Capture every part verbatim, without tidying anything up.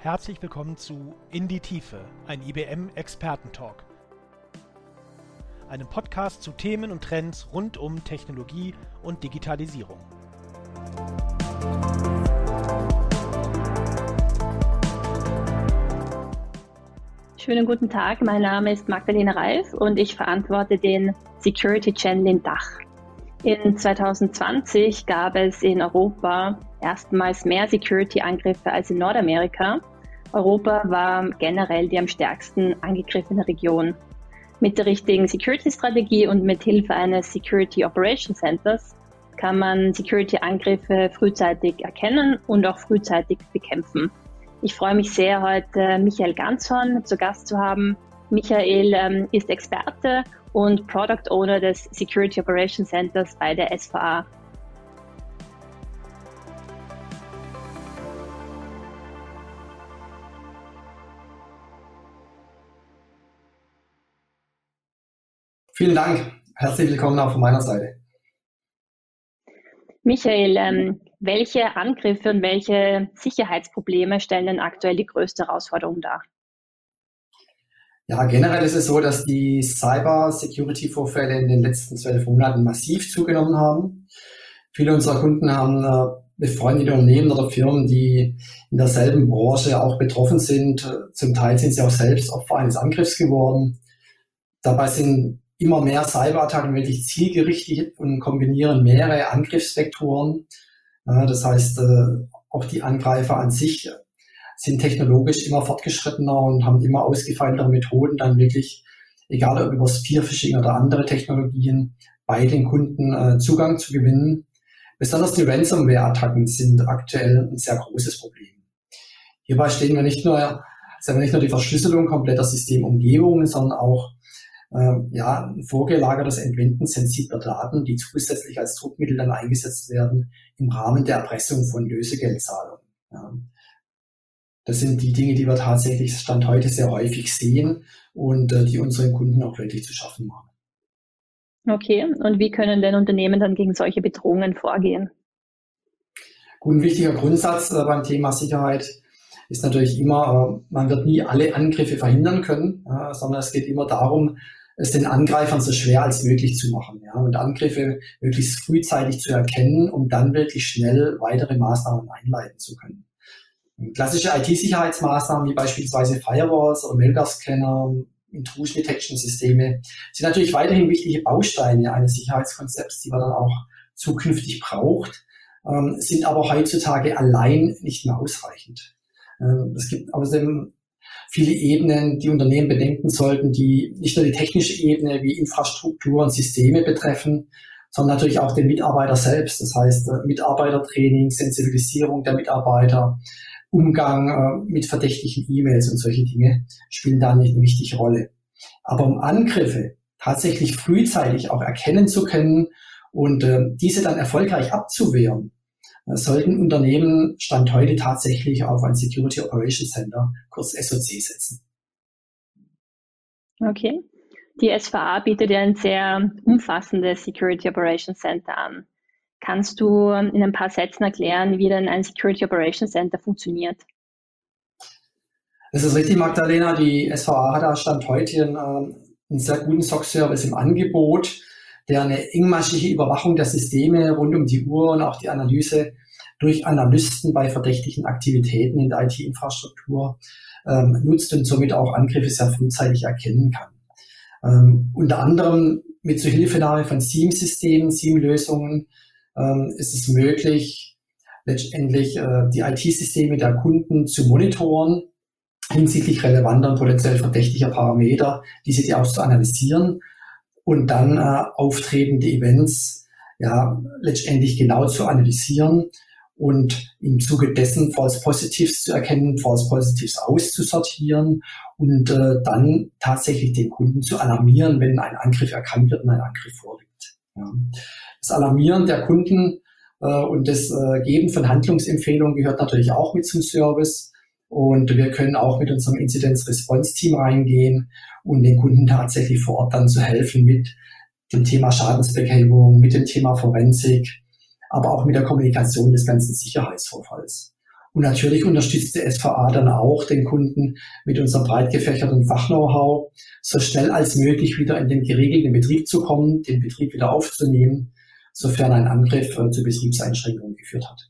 Herzlich willkommen zu In die Tiefe, ein I B M-Experten-Talk. Einem Podcast zu Themen und Trends rund um Technologie und Digitalisierung. Schönen guten Tag, mein Name ist Magdalena Reif und ich verantworte den Security Channel in Dach. In zwanzig zwanzig gab es in Europa erstmals mehr Security-Angriffe als in Nordamerika. Europa war generell die am stärksten angegriffene Region. Mit der richtigen Security-Strategie und mit Hilfe eines Security Operations Centers kann man Security-Angriffe frühzeitig erkennen und auch frühzeitig bekämpfen. Ich freue mich sehr, heute Michael Ganzhorn zu Gast zu haben. Michael ähm, ist Experte und Product Owner des Security Operations Centers bei der S V A. Vielen Dank. Herzlich willkommen auch von meiner Seite. Michael, ähm, welche Angriffe und welche Sicherheitsprobleme stellen denn aktuell die größte Herausforderung dar? Ja, generell ist es so, dass die Cyber-Security-Vorfälle in den letzten zwölf Monaten massiv zugenommen haben. Viele unserer Kunden haben äh, befreundete Unternehmen oder Firmen, die in derselben Branche auch betroffen sind. Zum Teil sind sie auch selbst Opfer eines Angriffs geworden. Dabei sind immer mehr Cyberattacken wirklich zielgerichtet und kombinieren mehrere Angriffsvektoren. Ja, das heißt, äh, auch die Angreifer an sich sind technologisch immer fortgeschrittener und haben immer ausgefeiltere Methoden, dann wirklich, egal ob über Spearphishing oder andere Technologien, bei den Kunden äh, Zugang zu gewinnen. Besonders die Ransomware-Attacken sind aktuell ein sehr großes Problem. Hierbei stehen wir nicht nur, sehen wir nicht nur die Verschlüsselung kompletter Systemumgebungen, sondern auch äh, ja, ein vorgelagertes Entwenden sensibler Daten, die zusätzlich als Druckmittel dann eingesetzt werden im Rahmen der Erpressung von Lösegeldzahlungen. Ja. Das sind die Dinge, die wir tatsächlich Stand heute sehr häufig sehen und äh, die unseren Kunden auch wirklich zu schaffen machen. Okay, und wie können denn Unternehmen dann gegen solche Bedrohungen vorgehen? Gut, ein wichtiger Grundsatz äh, beim Thema Sicherheit ist natürlich immer, äh, man wird nie alle Angriffe verhindern können, äh, sondern es geht immer darum, es den Angreifern so schwer als möglich zu machen, ja, und Angriffe möglichst frühzeitig zu erkennen, um dann wirklich schnell weitere Maßnahmen einleiten zu können. Klassische I T-Sicherheitsmaßnahmen wie beispielsweise Firewalls oder Malware-Scanner, Intrusion Detection Systeme sind natürlich weiterhin wichtige Bausteine eines Sicherheitskonzepts, die man dann auch zukünftig braucht, ähm, sind aber heutzutage allein nicht mehr ausreichend. Ähm, es gibt außerdem viele Ebenen, die Unternehmen bedenken sollten, die nicht nur die technische Ebene wie Infrastruktur und Systeme betreffen, sondern natürlich auch den Mitarbeiter selbst. Das heißt, Mitarbeitertraining, Sensibilisierung der Mitarbeiter, Umgang äh, mit verdächtigen E-Mails und solche Dinge spielen da eine wichtige Rolle. Aber um Angriffe tatsächlich frühzeitig auch erkennen zu können und äh, diese dann erfolgreich abzuwehren, äh, sollten Unternehmen Stand heute tatsächlich auf ein Security Operations Center, kurz S O C, setzen. Okay. Die S V A bietet ja ein sehr umfassendes Security Operations Center an. Kannst du in ein paar Sätzen erklären, wie denn ein Security Operations Center funktioniert? Das ist richtig, Magdalena. Die S V A hat da Stand heute einen, einen sehr guten S O C-Service im Angebot, der eine engmaschige Überwachung der Systeme rund um die Uhr und auch die Analyse durch Analysten bei verdächtigen Aktivitäten in der I T-Infrastruktur ähm, nutzt und somit auch Angriffe sehr frühzeitig erkennen kann. Ähm, unter anderem mit Zuhilfenahme von SIEM-Systemen, SIEM-Lösungen, ähm, ist es möglich, letztendlich äh, die I T-Systeme der Kunden zu monitoren, hinsichtlich relevanter und potenziell verdächtiger Parameter, diese auch zu analysieren und dann äh, auftretende Events ja letztendlich genau zu analysieren und im Zuge dessen False Positives zu erkennen, False Positives auszusortieren und äh, dann tatsächlich den Kunden zu alarmieren, wenn ein Angriff erkannt wird und ein Angriff vorliegt. Ja. Das Alarmieren der Kunden äh, und das äh, Geben von Handlungsempfehlungen gehört natürlich auch mit zum Service. Und wir können auch mit unserem Incidence-Response-Team reingehen und den Kunden tatsächlich vor Ort dann zu helfen mit dem Thema Schadensbehebung, mit dem Thema Forensik, aber auch mit der Kommunikation des ganzen Sicherheitsvorfalls. Und natürlich unterstützt die S V A dann auch den Kunden mit unserem breit gefächerten Fach-Know-how, so schnell als möglich wieder in den geregelten Betrieb zu kommen, den Betrieb wieder aufzunehmen, sofern ein Angriff äh, zu Betriebseinschränkungen geführt hat.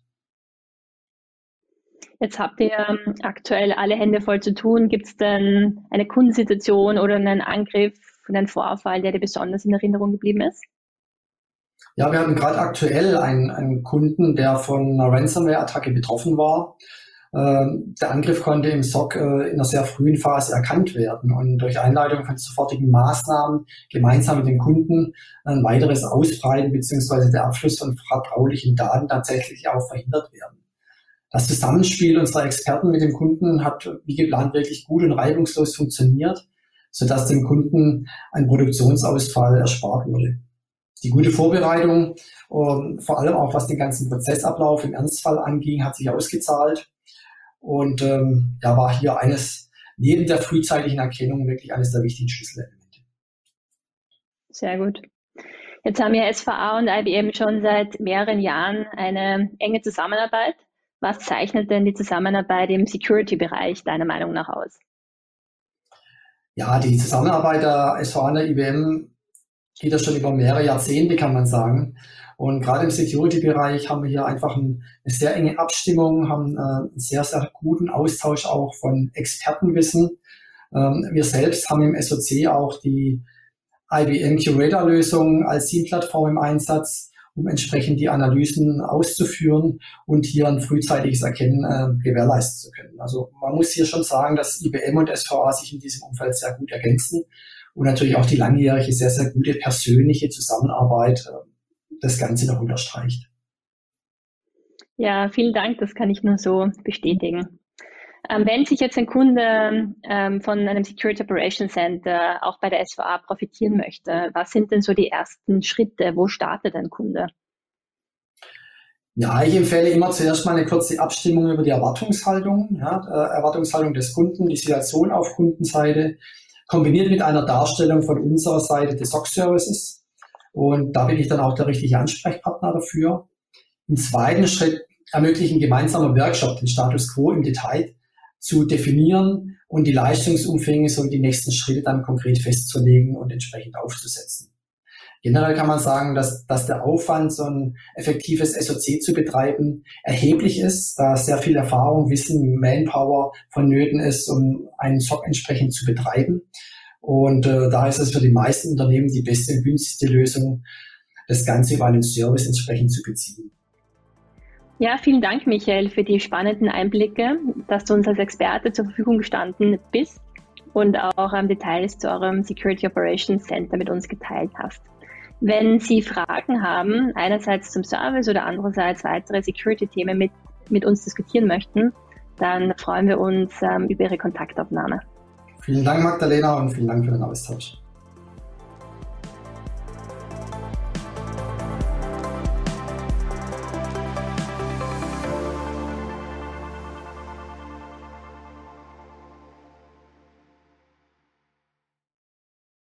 Jetzt habt ihr ähm, aktuell alle Hände voll zu tun. Gibt es denn eine Kundensituation oder einen Angriff, einen Vorfall, der dir besonders in Erinnerung geblieben ist? Ja, wir hatten gerade aktuell einen, einen Kunden, der von einer Ransomware-Attacke betroffen war. Ähm, der Angriff konnte im S O C äh, in einer sehr frühen Phase erkannt werden und durch Einleitung von sofortigen Maßnahmen gemeinsam mit dem Kunden ein weiteres Ausbreiten bzw. der Abschluss von vertraulichen Daten tatsächlich auch verhindert werden. Das Zusammenspiel unserer Experten mit dem Kunden hat wie geplant wirklich gut und reibungslos funktioniert, sodass dem Kunden ein Produktionsausfall erspart wurde. Die gute Vorbereitung, und vor allem auch was den ganzen Prozessablauf im Ernstfall anging, hat sich ausgezahlt und ähm, ja, war hier eines, neben der frühzeitigen Erkennung, wirklich eines der wichtigen Schlüsselelemente. Sehr gut. Jetzt haben ja S V A und I B M schon seit mehreren Jahren eine enge Zusammenarbeit. Was zeichnet denn die Zusammenarbeit im Security-Bereich deiner Meinung nach aus? Ja, die Zusammenarbeit der S V A und der I B M geht ja schon über mehrere Jahrzehnte, kann man sagen. Und gerade im Security-Bereich haben wir hier einfach eine sehr enge Abstimmung, haben einen sehr, sehr guten Austausch auch von Expertenwissen. Wir selbst haben im S O C auch die I B M Curator-Lösung als S I E M-Plattform im Einsatz, um entsprechend die Analysen auszuführen und hier ein frühzeitiges Erkennen äh, gewährleisten zu können. Also man muss hier schon sagen, dass I B M und S V A sich in diesem Umfeld sehr gut ergänzen. Und natürlich auch die langjährige, sehr, sehr gute persönliche Zusammenarbeit äh, das Ganze noch unterstreicht. Ja, vielen Dank, das kann ich nur so bestätigen. Ähm, wenn sich jetzt ein Kunde ähm, von einem Security Operations Center auch bei der S V A profitieren möchte, was sind denn so die ersten Schritte? Wo startet ein Kunde? Ja, ich empfehle immer zuerst mal eine kurze Abstimmung über die Erwartungshaltung, ja, äh, Erwartungshaltung des Kunden, die Situation auf Kundenseite, kombiniert mit einer Darstellung von unserer Seite des S O C-Services. Und da bin ich dann auch der richtige Ansprechpartner dafür. Im zweiten Schritt ermöglicht ein gemeinsamer Workshop den Status quo im Detail zu definieren und die Leistungsumfänge sowie die nächsten Schritte dann konkret festzulegen und entsprechend aufzusetzen. Generell kann man sagen, dass, dass der Aufwand, so ein effektives S O C zu betreiben, erheblich ist, da sehr viel Erfahrung, Wissen, Manpower vonnöten ist, um einen S O C entsprechend zu betreiben. Und äh, da ist es für die meisten Unternehmen die beste und günstigste Lösung, das Ganze über einen Service entsprechend zu beziehen. Ja, vielen Dank, Michael, für die spannenden Einblicke, dass du uns als Experte zur Verfügung gestanden bist und auch ähm, Details zu eurem Security Operations Center mit uns geteilt hast. Wenn Sie Fragen haben, einerseits zum Service oder andererseits weitere Security-Themen mit, mit uns diskutieren möchten, dann freuen wir uns ähm, über Ihre Kontaktaufnahme. Vielen Dank, Magdalena, und vielen Dank für den Austausch.